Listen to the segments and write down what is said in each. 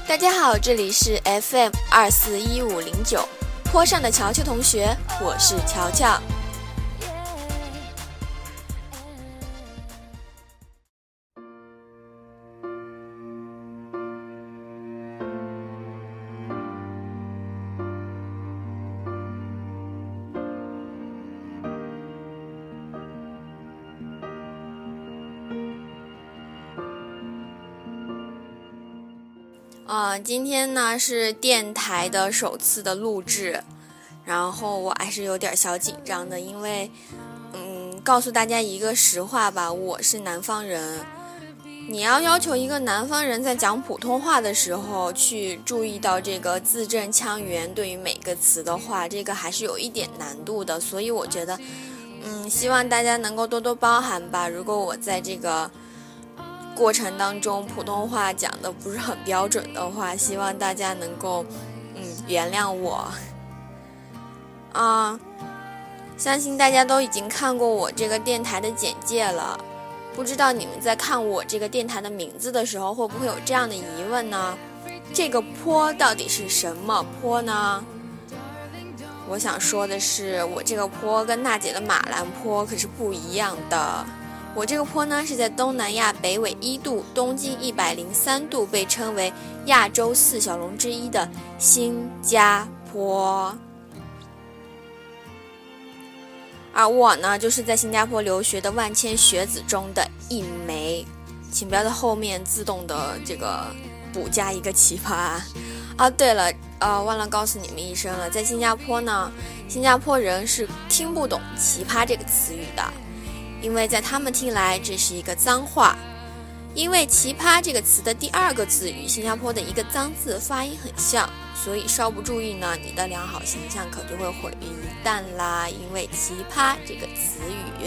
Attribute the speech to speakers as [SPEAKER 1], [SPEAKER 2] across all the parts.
[SPEAKER 1] 大家好，这里是 FM241509，坡上的乔乔同学，我是乔乔。今天呢是电台的首次的录制，然后我还是有点小紧张的，因为告诉大家一个实话吧，我是南方人。你要求一个南方人在讲普通话的时候去注意到这个字正腔圆，对于每个词的话，这个还是有一点难度的，所以我觉得希望大家能够多多包涵吧。如果我在这个过程当中普通话讲的不是很标准的话，希望大家能够原谅我相信大家都已经看过我这个电台的简介了，不知道你们在看我这个电台的名字的时候会不会有这样的疑问呢？这个坡到底是什么坡呢？我想说的是，我这个坡跟娜姐的马兰坡可是不一样的。我这个坡呢是在东南亚北纬1度，东经103度，被称为亚洲4小龙之一的新加坡。而我呢就是在新加坡留学的万千学子中的一枚，请不要在后面自动的这个补加一个奇葩对了，忘了告诉你们一声了，在新加坡呢，新加坡人是听不懂奇葩这个词语的，因为在他们听来这是一个脏话。因为奇葩这个词的第二个字与新加坡的一个脏字发音很像，所以稍不注意呢，你的良好形象可就会毁于一旦啦。因为奇葩这个词语，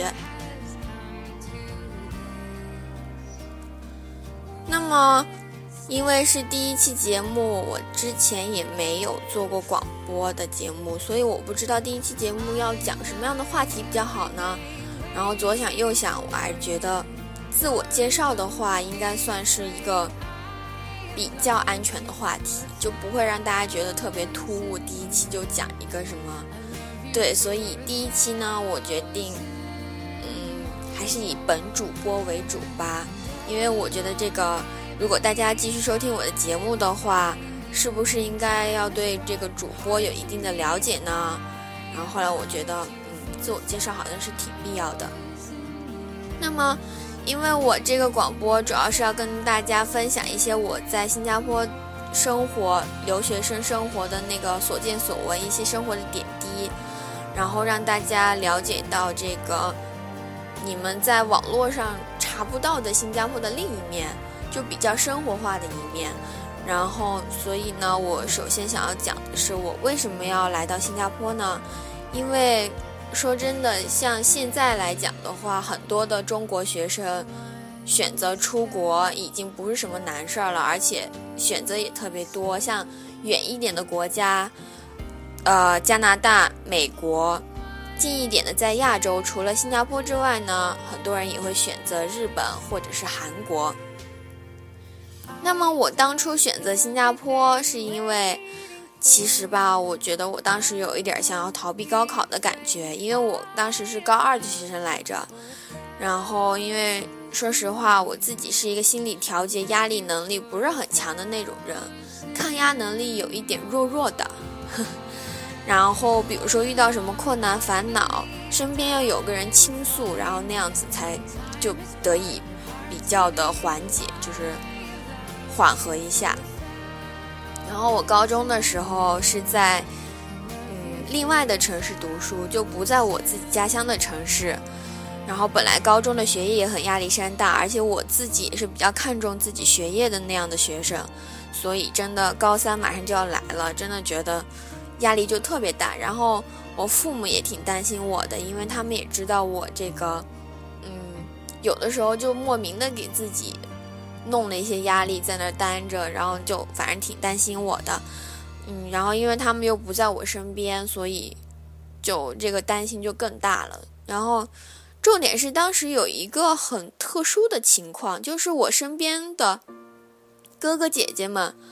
[SPEAKER 1] 那么因为是第一期节目，我之前也没有做过广播的节目，所以我不知道第一期节目要讲什么样的话题比较好呢。然后左想右想，我还是觉得自我介绍的话应该算是一个比较安全的话题，就不会让大家觉得特别突兀，第一期就讲一个什么。对，所以第一期呢，我决定还是以本主播为主吧，因为我觉得这个如果大家继续收听我的节目的话，是不是应该要对这个主播有一定的了解呢？然后后来我觉得自我介绍好像是挺必要的。那么因为我这个广播主要是要跟大家分享一些我在新加坡生活留学生生活的那个所见所闻，一些生活的点滴，然后让大家了解到这个你们在网络上查不到的新加坡的另一面，就比较生活化的一面。然后所以呢，我首先想要讲的是我为什么要来到新加坡呢？因为说真的，像现在来讲的话，很多的中国学生选择出国已经不是什么难事儿了，而且选择也特别多。像远一点的国家，加拿大、美国；近一点的在亚洲，除了新加坡之外呢，很多人也会选择日本或者是韩国。那么我当初选择新加坡是因为其实吧，我觉得我当时有一点想要逃避高考的感觉，因为我当时是高2的学生来着。然后因为说实话，我自己是一个心理调节压力能力不是很强的那种人，抗压能力有一点弱弱的然后比如说遇到什么困难烦恼，身边要有个人倾诉，然后那样子才就得以比较的缓解，就是缓和一下。然后我高中的时候是在另外的城市读书，就不在我自己家乡的城市。然后本来高中的学业也很压力山大，而且我自己也是比较看重自己学业的那样的学生，所以真的高3马上就要来了，真的觉得压力就特别大。然后我父母也挺担心我的，因为他们也知道我这个有的时候就莫名的给自己弄了一些压力在那担着，然后就反正挺担心我的。然后因为他们又不在我身边，所以就这个担心就更大了。然后重点是当时有一个很特殊的情况，就是我身边的哥哥姐姐们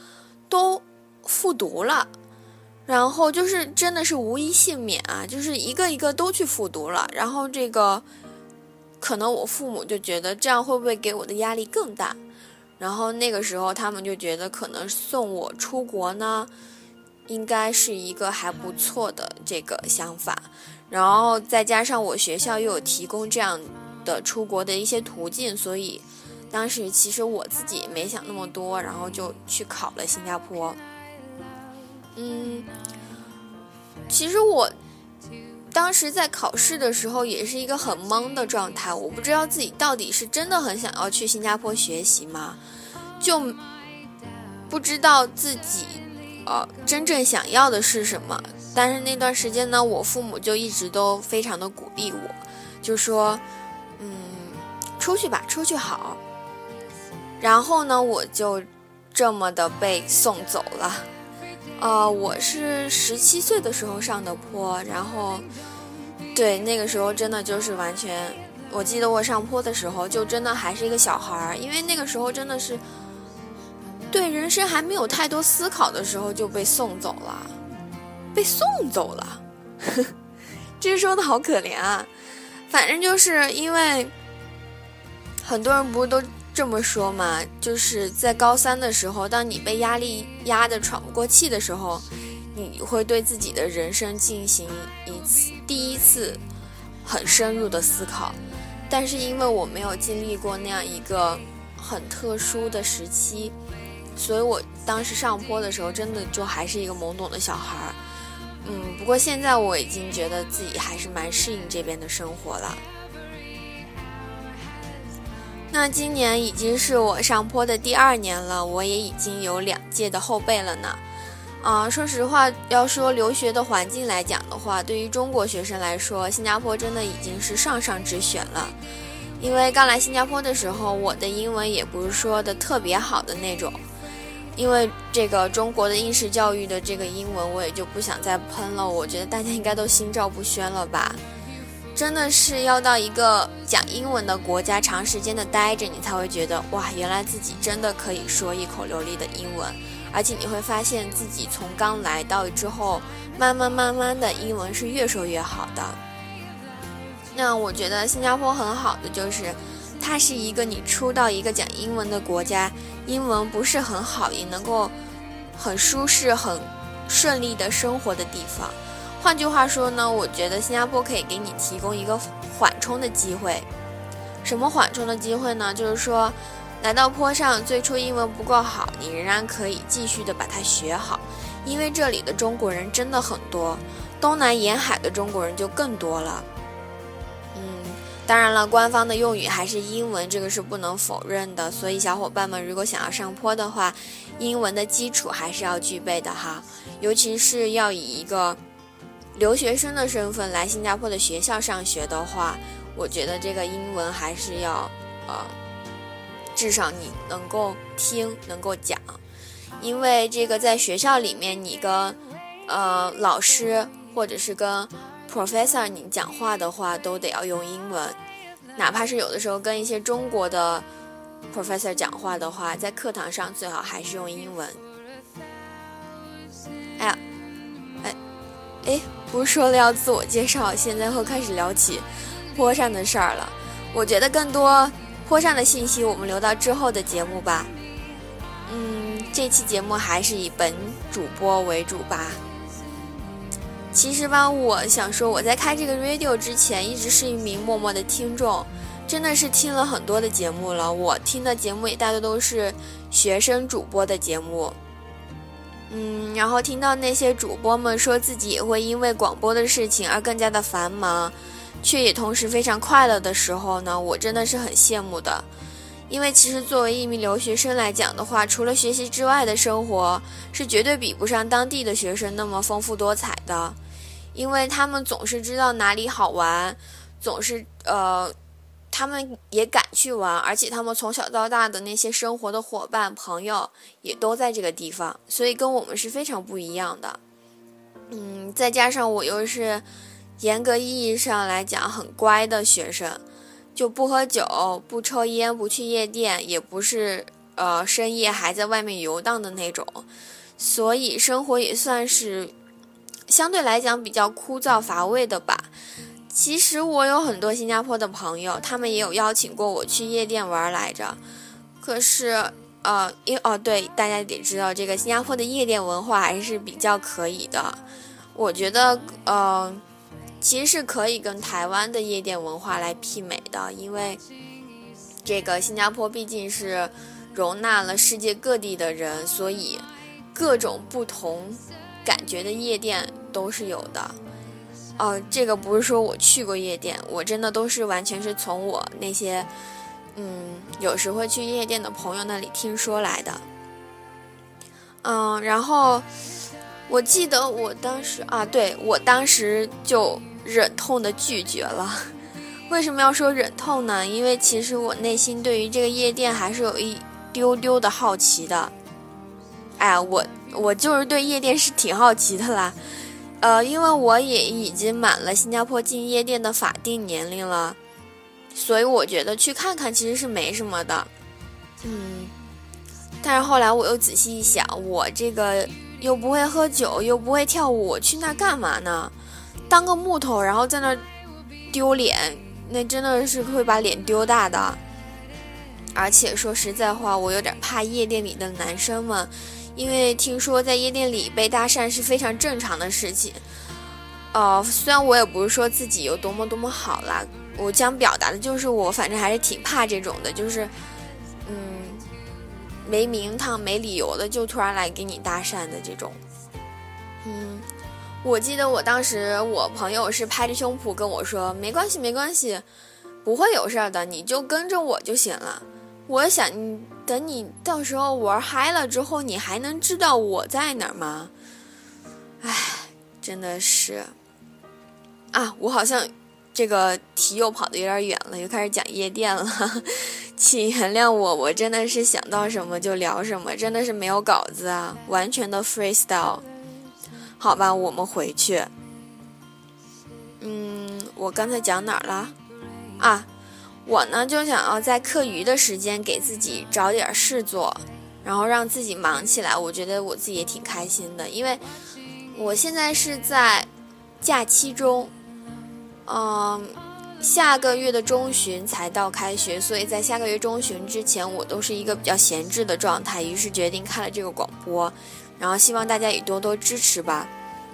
[SPEAKER 1] 都复读了，然后就是真的是无一幸免啊，就是一个一个都去复读了。然后这个可能我父母就觉得这样会不会给我的压力更大，然后那个时候他们就觉得可能送我出国呢应该是一个还不错的这个想法，然后再加上我学校又有提供这样的出国的一些途径，所以当时其实我自己也没想那么多，然后就去考了新加坡。其实我当时在考试的时候也是一个很懵的状态，我不知道自己到底是真的很想要去新加坡学习吗？就不知道自己真正想要的是什么。但是那段时间呢，我父母就一直都非常的鼓励我，就说出去吧，出去好。然后呢，我就这么的被送走了。我是17岁的时候上的坡，然后对那个时候真的就是完全，我记得我上坡的时候就真的还是一个小孩，因为那个时候真的是对人生还没有太多思考的时候就被送走了，这说的好可怜啊。反正就是因为很多人不是都这么说嘛，就是在高3的时候，当你被压力压得喘不过气的时候，你会对自己的人生进行第一次很深入的思考。但是因为我没有经历过那样一个很特殊的时期，所以我当时上坡的时候真的就还是一个懵懂的小孩。不过现在我已经觉得自己还是蛮适应这边的生活了。那今年已经是我上坡的第2年了，我也已经有2届的后辈了呢。说实话，要说留学的环境来讲的话，对于中国学生来说，新加坡真的已经是上之选了。因为刚来新加坡的时候，我的英文也不是说的特别好的那种，因为这个中国的应试教育的这个英文我也就不想再喷了，我觉得大家应该都心照不宣了吧。真的是要到一个讲英文的国家长时间的待着，你才会觉得哇，原来自己真的可以说一口流利的英文。而且你会发现自己从刚来到之后，慢慢的英文是越说越好的。那我觉得新加坡很好的就是它是一个你出到一个讲英文的国家，英文不是很好也能够很舒适很顺利的生活的地方。换句话说呢，我觉得新加坡可以给你提供一个缓冲的机会。什么缓冲的机会呢？就是说来到坡上最初英文不够好，你仍然可以继续的把它学好，因为这里的中国人真的很多，东南沿海的中国人就更多了。当然了，官方的用语还是英文，这个是不能否认的，所以小伙伴们如果想要上坡的话，英文的基础还是要具备的哈，尤其是要以一个留学生的身份来新加坡的学校上学的话，我觉得这个英文还是要至少你能够听能够讲，因为这个在学校里面你跟老师或者是跟 professor 你讲话的话都得要用英文，哪怕是有的时候跟一些中国的 professor 讲话的话，在课堂上最好还是用英文。不是说了要自我介绍，现在会开始聊起坡上的事儿了。我觉得更多坡上的信息我们留到之后的节目吧。这期节目还是以本主播为主吧。其实吧，我想说我在开这个 radio 之前一直是一名默默的听众，真的是听了很多的节目了，我听的节目也大多都是学生主播的节目。然后听到那些主播们说自己也会因为广播的事情而更加的繁忙，却也同时非常快乐的时候呢，我真的是很羡慕的。因为其实作为一名留学生来讲的话，除了学习之外的生活是绝对比不上当地的学生那么丰富多彩的，因为他们总是知道哪里好玩，总是他们也敢去玩，而且他们从小到大的那些生活的伙伴朋友也都在这个地方，所以跟我们是非常不一样的。再加上我又是严格意义上来讲很乖的学生，就不喝酒不抽烟不去夜店，也不是深夜还在外面游荡的那种，所以生活也算是相对来讲比较枯燥乏味的吧。其实我有很多新加坡的朋友，他们也有邀请过我去夜店玩来着，可是对，大家得知道这个新加坡的夜店文化还是比较可以的，我觉得其实是可以跟台湾的夜店文化来媲美的，因为这个新加坡毕竟是容纳了世界各地的人，所以各种不同感觉的夜店都是有的。这个不是说我去过夜店，我真的都是完全是从我那些有时会去夜店的朋友那里听说来的。然后我记得我当时就忍痛的拒绝了。为什么要说忍痛呢？因为其实我内心对于这个夜店还是有一丢丢的好奇的。我就是对夜店是挺好奇的啦。因为我也已经满了新加坡进夜店的法定年龄了，所以我觉得去看看其实是没什么的。但是后来我又仔细一想，我这个又不会喝酒，又不会跳舞，我去那干嘛呢？当个木头，然后在那丢脸，那真的是会把脸丢大的。而且说实在话，我有点怕夜店里的男生们，因为听说在夜店里被搭讪是非常正常的事情。虽然我也不是说自己有多么多么好啦，我想表达的就是我反正还是挺怕这种的，就是没名堂没理由的就突然来给你搭讪的这种。我记得我当时我朋友是拍着胸脯跟我说，没关系没关系，不会有事的，你就跟着我就行了。我想等你到时候玩嗨了之后，你还能知道我在哪儿吗？真的是我好像这个题又跑得有点远了，又开始讲夜店了。请原谅我真的是想到什么就聊什么，真的是没有稿子啊，完全的 freestyle。好吧，我们回去。我刚才讲哪儿了？我呢就想要在课余的时间给自己找点事做，然后让自己忙起来，我觉得我自己也挺开心的。因为我现在是在假期中，下个月的中旬才到开学，所以在下个月中旬之前我都是一个比较闲置的状态，于是决定开了这个广播，然后希望大家也多多支持吧。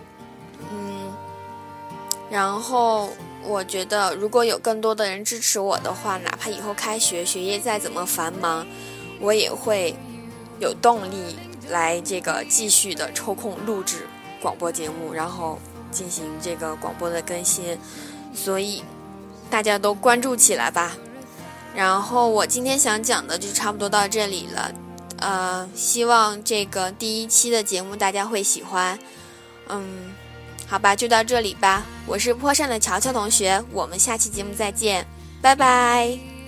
[SPEAKER 1] 然后我觉得如果有更多的人支持我的话，哪怕以后开学学业再怎么繁忙，我也会有动力来这个继续的抽空录制广播节目，然后进行这个广播的更新，所以大家都关注起来吧。然后我今天想讲的就差不多到这里了，希望这个第1期的节目大家会喜欢。好吧，就到这里吧。我是坡上的乔乔同学，我们下期节目再见，拜拜。